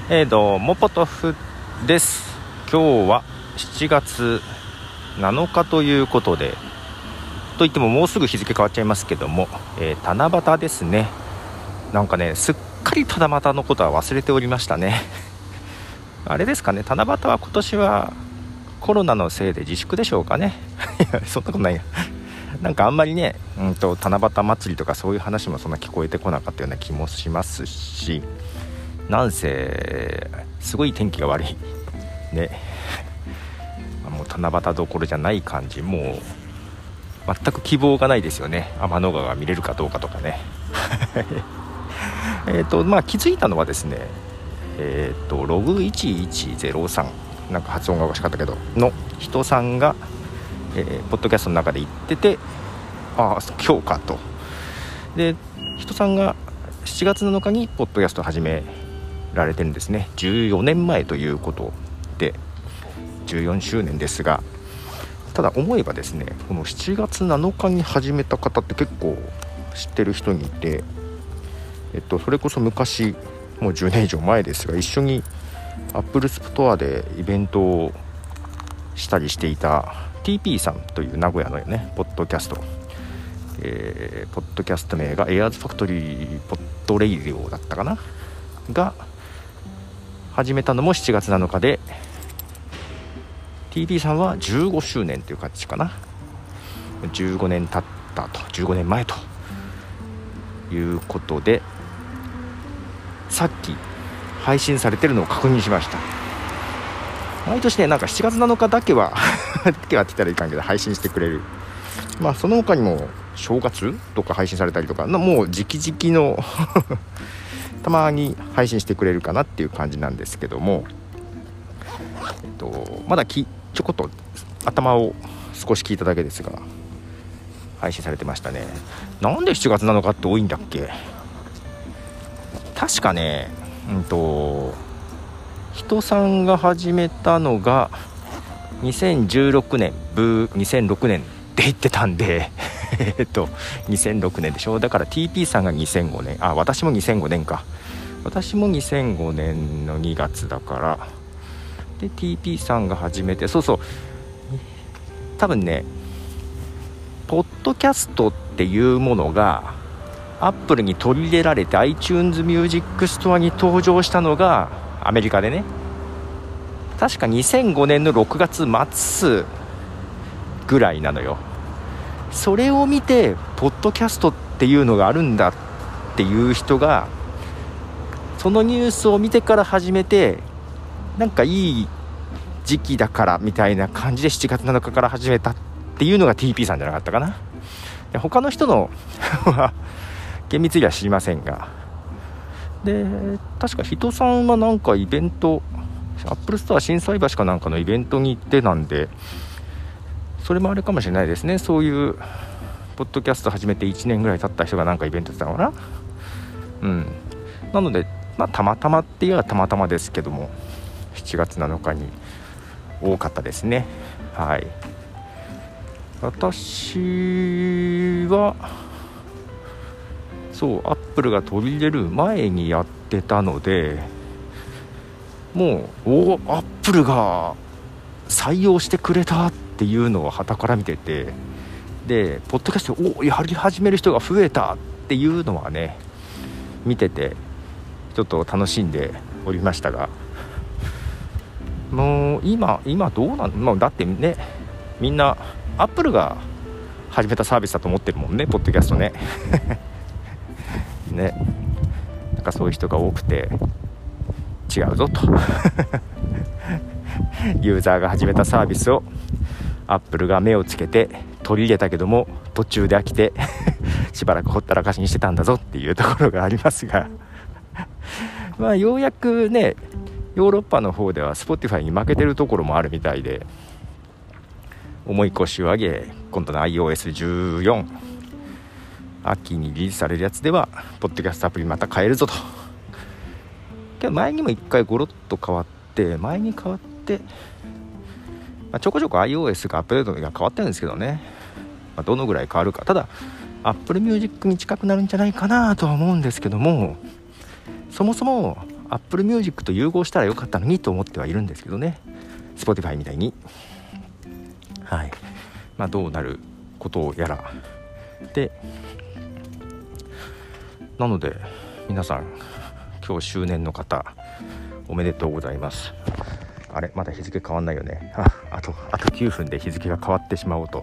もポトフです。今日は7月7日ということで、といってももうすぐ日付変わっちゃいますけども、七夕ですね。なんかね、すっかり七夕のことは忘れておりましたね。あれですかね、七夕は今年はコロナのせいで自粛でしょうかね。いや、そんなことないや。なんかあんまりね、七夕祭りとかそういう話もそんな聞こえてこなかったような気もしますし、なんせすごい天気が悪いね。もう七夕どころじゃない感じ、もう全く希望がないですよね。天の川が見れるかどうかとかね。気づいたのはですね、ログ1103、なんか発音がおかしかったけどの人さんが、ポッドキャストの中で言ってて、今日かと。で、人さんが7月7日にポッドキャストを始められてるんですね。14年前ということで14周年ですが、ただ思えばですね、この7月7日に始めた方って結構知ってる人にいて、それこそ昔、もう10年以上前ですが、一緒にアップルストアでイベントをしたりしていた TP さんという名古屋のねポッドキャスト、ポッドキャスト名がエアーズファクトリーポッドレイディオだったかなが始めたのも7月7日で、 TP さんは15周年という感じかな。15年経ったと、15年前ということで、さっき配信されてるのを確認しました。毎年ね、なんか7月7日だけはだけはって言ったらいかんけど配信してくれる。その他にも正月とか配信されたりとか、もう直々のたまに配信してくれるかなっていう感じなんですけども、まだちょこっと頭を少し聞いただけですが配信されてましたね。なんで7月7日って多いんだっけ。確かね、人さんが始めたのが2016年2006年って言ってたんで2006年でしょ。だから TP さんが2005年、私も2005年か。私も2005年の2月だから、で TP さんが始めて、そうそう、多分ね、ポッドキャストっていうものがアップルに取り入れられて iTunes Music Store に登場したのがアメリカでね、確か2005年の6月末ぐらいなのよ。それを見てポッドキャストっていうのがあるんだっていう人が、そのニュースを見てから始めて、なんかいい時期だからみたいな感じで7月7日から始めたっていうのが TP さんじゃなかったかな。で、他の人の厳密には知りませんが、で確か人さんはなんかイベント、アップルストア心斎橋かなんかのイベントに行ってなんで、それもあれかもしれないですね。そういうポッドキャスト始めて1年ぐらい経った人がなんかイベントやってたのかな。なので、たまたまっていうのはたまたまですけども、7月7日に多かったですね。はい。私はそうアップルが取り入れる前にやってたので、もうアップルが採用してくれたっていうのを傍から見てて、でポッドキャストやり始める人が増えたっていうのはね、見ててちょっと楽しんでおりましたが、もう今どうなんの、だってね、みんなアップルが始めたサービスだと思ってるもんね、ポッドキャストねね、なんかそういう人が多くて違うぞとユーザーが始めたサービスをアップルが目をつけて取り入れたけども、途中で飽きてしばらくほったらかしにしてたんだぞっていうところがありますがようやくね、ヨーロッパの方では Spotify に負けてるところもあるみたいで、重い腰を上げ、今度の iOS14 秋にリリースされるやつではポッドキャストアプリまた変えるぞと。けど前にも一回ゴロッと変わって、ちょこちょこ iOS がアップデートが変わってるんですけどね、どのぐらい変わるか。ただ Apple Music に近くなるんじゃないかなとは思うんですけども、そもそも Apple Music と融合したらよかったのにと思ってはいるんですけどね、 Spotify みたいに。はい、どうなることをやらで、なので皆さん今日周年の方おめでとうございます。あれまだ日付変わんないよね。あと9分で日付が変わってしまおうと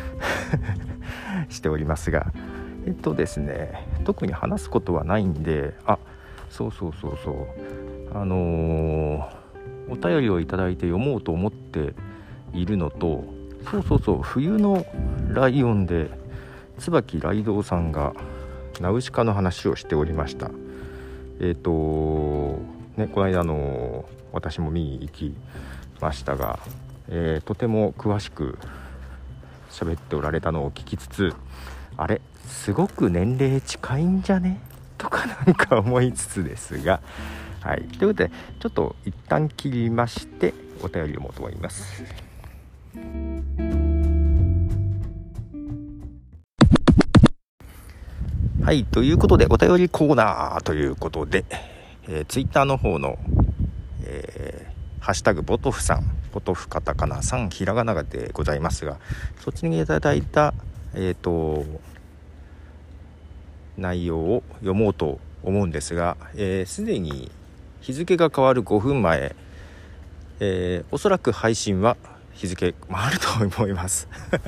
しておりますが、ですね、特に話すことはないんで、そうお便りをいただいて読もうと思っているのと、冬のライオンで椿ライドウさんがナウシカの話をしておりました。この間私も見に行きましたが、とても詳しく喋っておられたのを聞きつつ、あれすごく年齢近いんじゃねとかなんか思いつつですが、はい、ということでちょっと一旦切りましてお便りを読もうと思います。はい、ということでお便りコーナーということで、ツイッターの方の、ハッシュタグボトフさん、ボトフカタカナさんひらがなでございますが、そっちにいただいた内容を読もうと思うんですが、すでに日付が変わる5分前、おそらく配信は日付回ると思います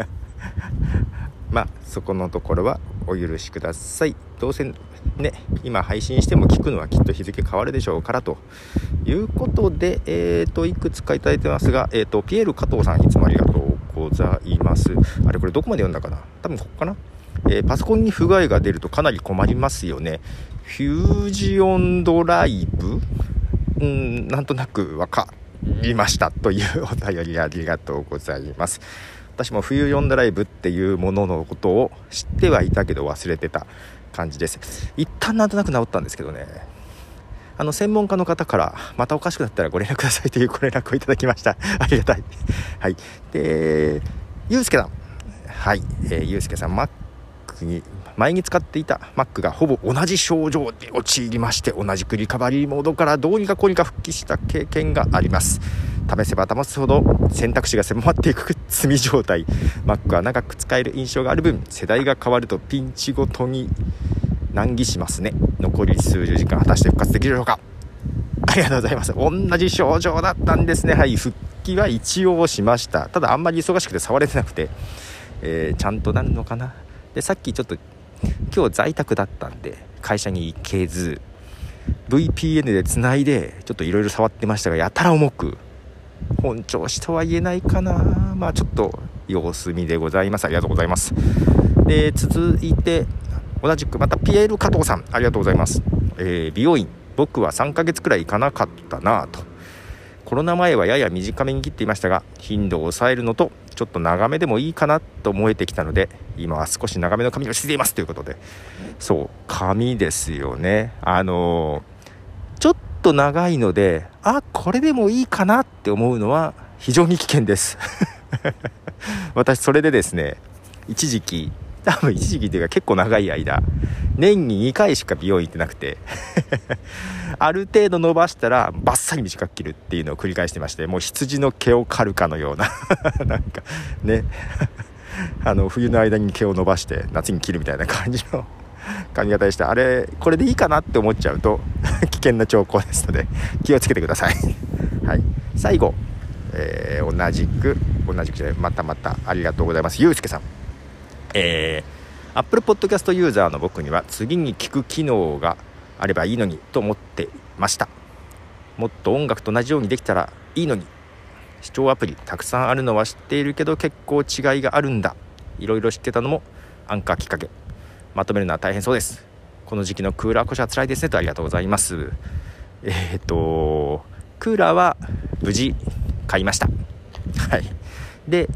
そこのところはお許しください。どうせね今配信しても聞くのはきっと日付変わるでしょうからということで、いくつかいただいてますが、ピエール加藤さんいつもありがとうございます。これどこまで読んだかな、多分ここかな。パソコンに不具合が出るとかなり困りますよね。フュージオンドライブなんとなく分かりましたというお便りありがとうございます。私もフュージョンドライブっていうもののことを知ってはいたけど忘れてた感じです。一旦なんとなく治ったんですけどね、専門家の方からまたおかしくなったらご連絡くださいというご連絡をいただきました。ありがたい。はい。で、ゆうすけさん、はい、ゆうすけさん、前に使っていた Mac がほぼ同じ症状で陥りまして、同じくリカバリーモードからどうにかこうにか復帰した経験があります。試せば試すほど選択肢が狭まっていく積み状態。 Mac は長く使える印象がある分、世代が変わるとピンチごとに難儀しますね。残り数十時間果たして復活できるでしょうか。ありがとうございます。同じ症状だったんですね。はい、復帰は一応しました。ただあんまり忙しくて触れてなくて、ちゃんとなるのかな。でさっきちょっと今日在宅だったんで会社に行けず VPN でつないでちょっといろいろ触ってましたが、やたら重く、本調子とは言えないかな。ちょっと様子見でございます。ありがとうございます。で続いて同じくまたピエール加藤さん、ありがとうございます。美容院、僕は3ヶ月くらい行かなかったなと。コロナ前はやや短めに切っていましたが、頻度を抑えるのとちょっと長めでもいいかなと思えてきたので、今は少し長めの髪をしていますということで、そう髪ですよね。ちょっと長いので、これでもいいかなって思うのは非常に危険です私それでですね、一時期っていうか結構長い間年に2回しか美容院行ってなくてある程度伸ばしたらバッサリ短く切るっていうのを繰り返してまして、もう羊の毛を刈るかのようななんかね冬の間に毛を伸ばして夏に切るみたいな感じの髪型でした。これでいいかなって思っちゃうと危険な兆候ですので気をつけてくださいはい、最後、同じくじゃない、またありがとうございます。ゆうすけさん、Apple Podcast ユーザーの僕には次に聞く機能があればいいのにと思ってました。もっと音楽と同じようにできたらいいのに。視聴アプリたくさんあるのは知っているけど結構違いがあるんだ。いろいろ知ってたのもアンカーきっかけ。まとめるのは大変そうです。この時期のクーラー越しは辛いですねと。ありがとうございます。クーラーは無事買いました。はい。で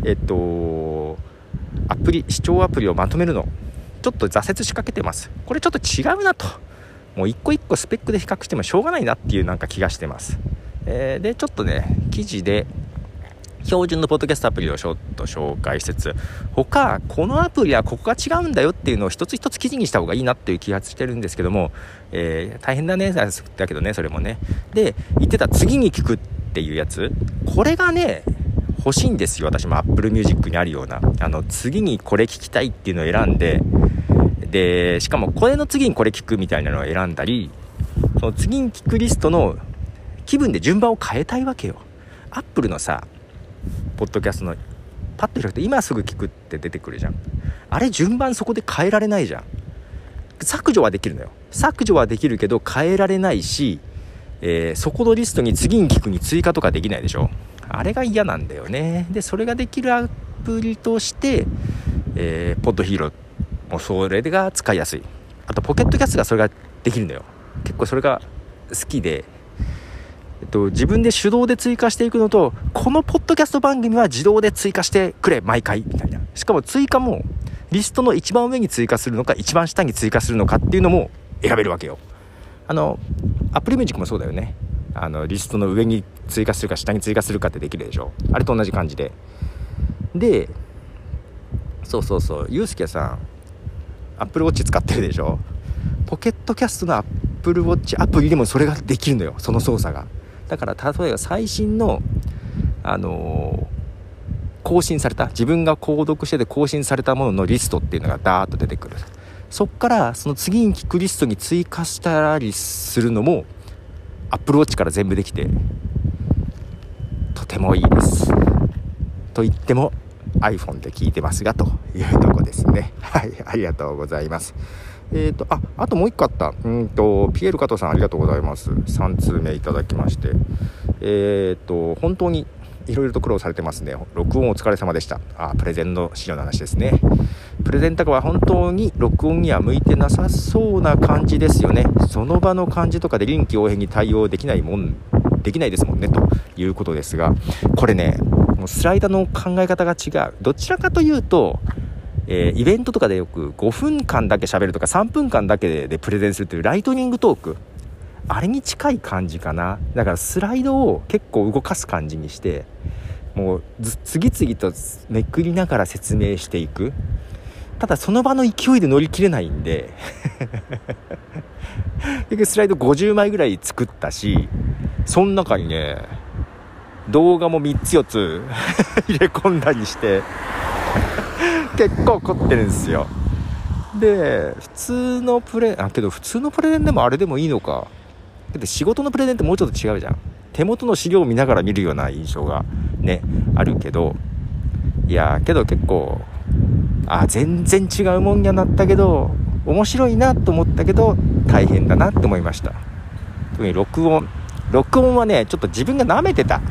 視聴アプリをまとめるのちょっと挫折しかけてます。これちょっと違うなと、もう一個一個スペックで比較してもしょうがないなっていうなんか気がしてます。でちょっとね記事で標準のポッドキャストアプリをちょっと紹介しつつ、他このアプリはここが違うんだよっていうのを一つ一つ記事にした方がいいなっていう気がしてるんですけども、大変だねだけどね、それもね。で言ってた次に聞くっていうやつ、これがね欲しいんですよ。私も Apple Music にあるような次にこれ聞きたいっていうのを選んで、しかもこれの次にこれ聞くみたいなのを選んだり、その次に聞くリストの気分で順番を変えたいわけよ。 Apple のさポッドキャストのパッと開くと今すぐ聞くって出てくるじゃん。あれ順番そこで変えられないじゃん。削除はできるのよ。削除はできるけど変えられないし、そこのリストに次に聞くに追加とかできないでしょ。あれが嫌なんだよね。でそれができるアプリとして、ポッドヒーローもそれが使いやすい。あとポケットキャストがそれができるのよ。結構それが好きで、自分で手動で追加していくのと、このポッドキャスト番組は自動で追加してくれ毎回みたいな。しかも追加もリストの一番上に追加するのか一番下に追加するのかっていうのも選べるわけよ。Apple Music もそうだよね。リストの上に追加するか下に追加するかってできるでしょ。あれと同じ感じで。でそうゆうすけさん Apple Watch 使ってるでしょ。ポケットキャストの Apple Watch アプリでもそれができるのよ、その操作が。だから例えば最新の更新された、自分が購読してて更新されたもののリストっていうのがダーッと出てくる。そっからその次に聞くリストに追加したりするのも Apple Watch から全部できてとてもいいです。と言っても iPhone で聞いてますがというとこですね。はい、ありがとうございます。あともう一個あった。ピエール加藤さんありがとうございます。3通目いただきまして、本当にいろいろと苦労されてますね。録音お疲れ様でした。プレゼンの資料の話ですね。プレゼンターは本当に録音には向いてなさそうな感じですよね。その場の感じとかで臨機応変に対応できないですもんねということですが、これねもうスライダーの考え方が違う。どちらかというとイベントとかでよく5分間だけ喋るとか3分間だけでプレゼンするというライトニングトーク、あれに近い感じかな。だからスライドを結構動かす感じにして、もう次々とめくりながら説明していく。ただその場の勢いで乗り切れないんで結局スライド50枚ぐらい作ったし、その中にね動画も3つ4つ入れ込んだりして結構凝ってるんですよ。で普通のプレゼンでもあれでもいいのか。だって仕事のプレゼンってもうちょっと違うじゃん。手元の資料を見ながら見るような印象がねあるけど、けど結構全然違うもんになったけど面白いなと思ったけど大変だなって思いました。特に録音はねちょっと自分が舐めてた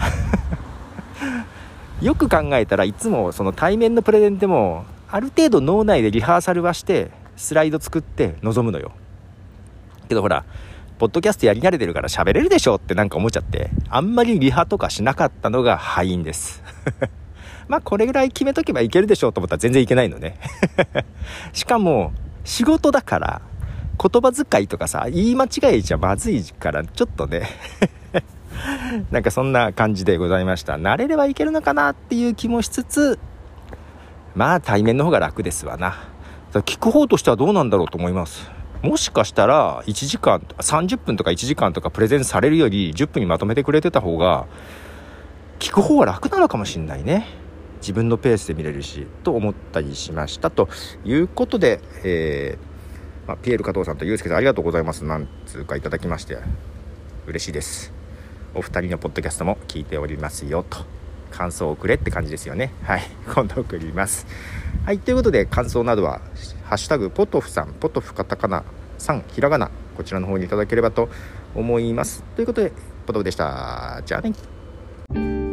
よく考えたらいつもその対面のプレゼンでもある程度脳内でリハーサルはしてスライド作って臨むのよ。けどほらポッドキャストやり慣れてるから喋れるでしょってなんか思っちゃって、あんまりリハとかしなかったのが敗因ですこれぐらい決めとけばいけるでしょうと思ったら全然いけないのねしかも仕事だから言葉遣いとかさ言い間違いじゃまずいからちょっとねなんかそんな感じでございました。慣れればいけるのかなっていう気もしつつ、対面の方が楽ですわな。聞く方としてはどうなんだろうと思います。もしかしたら1時間30分とか1時間とかプレゼンされるより10分にまとめてくれてた方が聞く方は楽なのかもしれないね。自分のペースで見れるしと思ったりしましたということで、ピエール加藤さんとユースケさんありがとうございます。何通かいただきまして嬉しいです。お二人のポッドキャストも聞いておりますよと、感想をくれって感じですよね。はい、今度送ります。はい、ということで感想などはハッシュタグポトフさん、ポトフカタカナさんひらがな、こちらの方にいただければと思います。ということでポトフでした。じゃあね。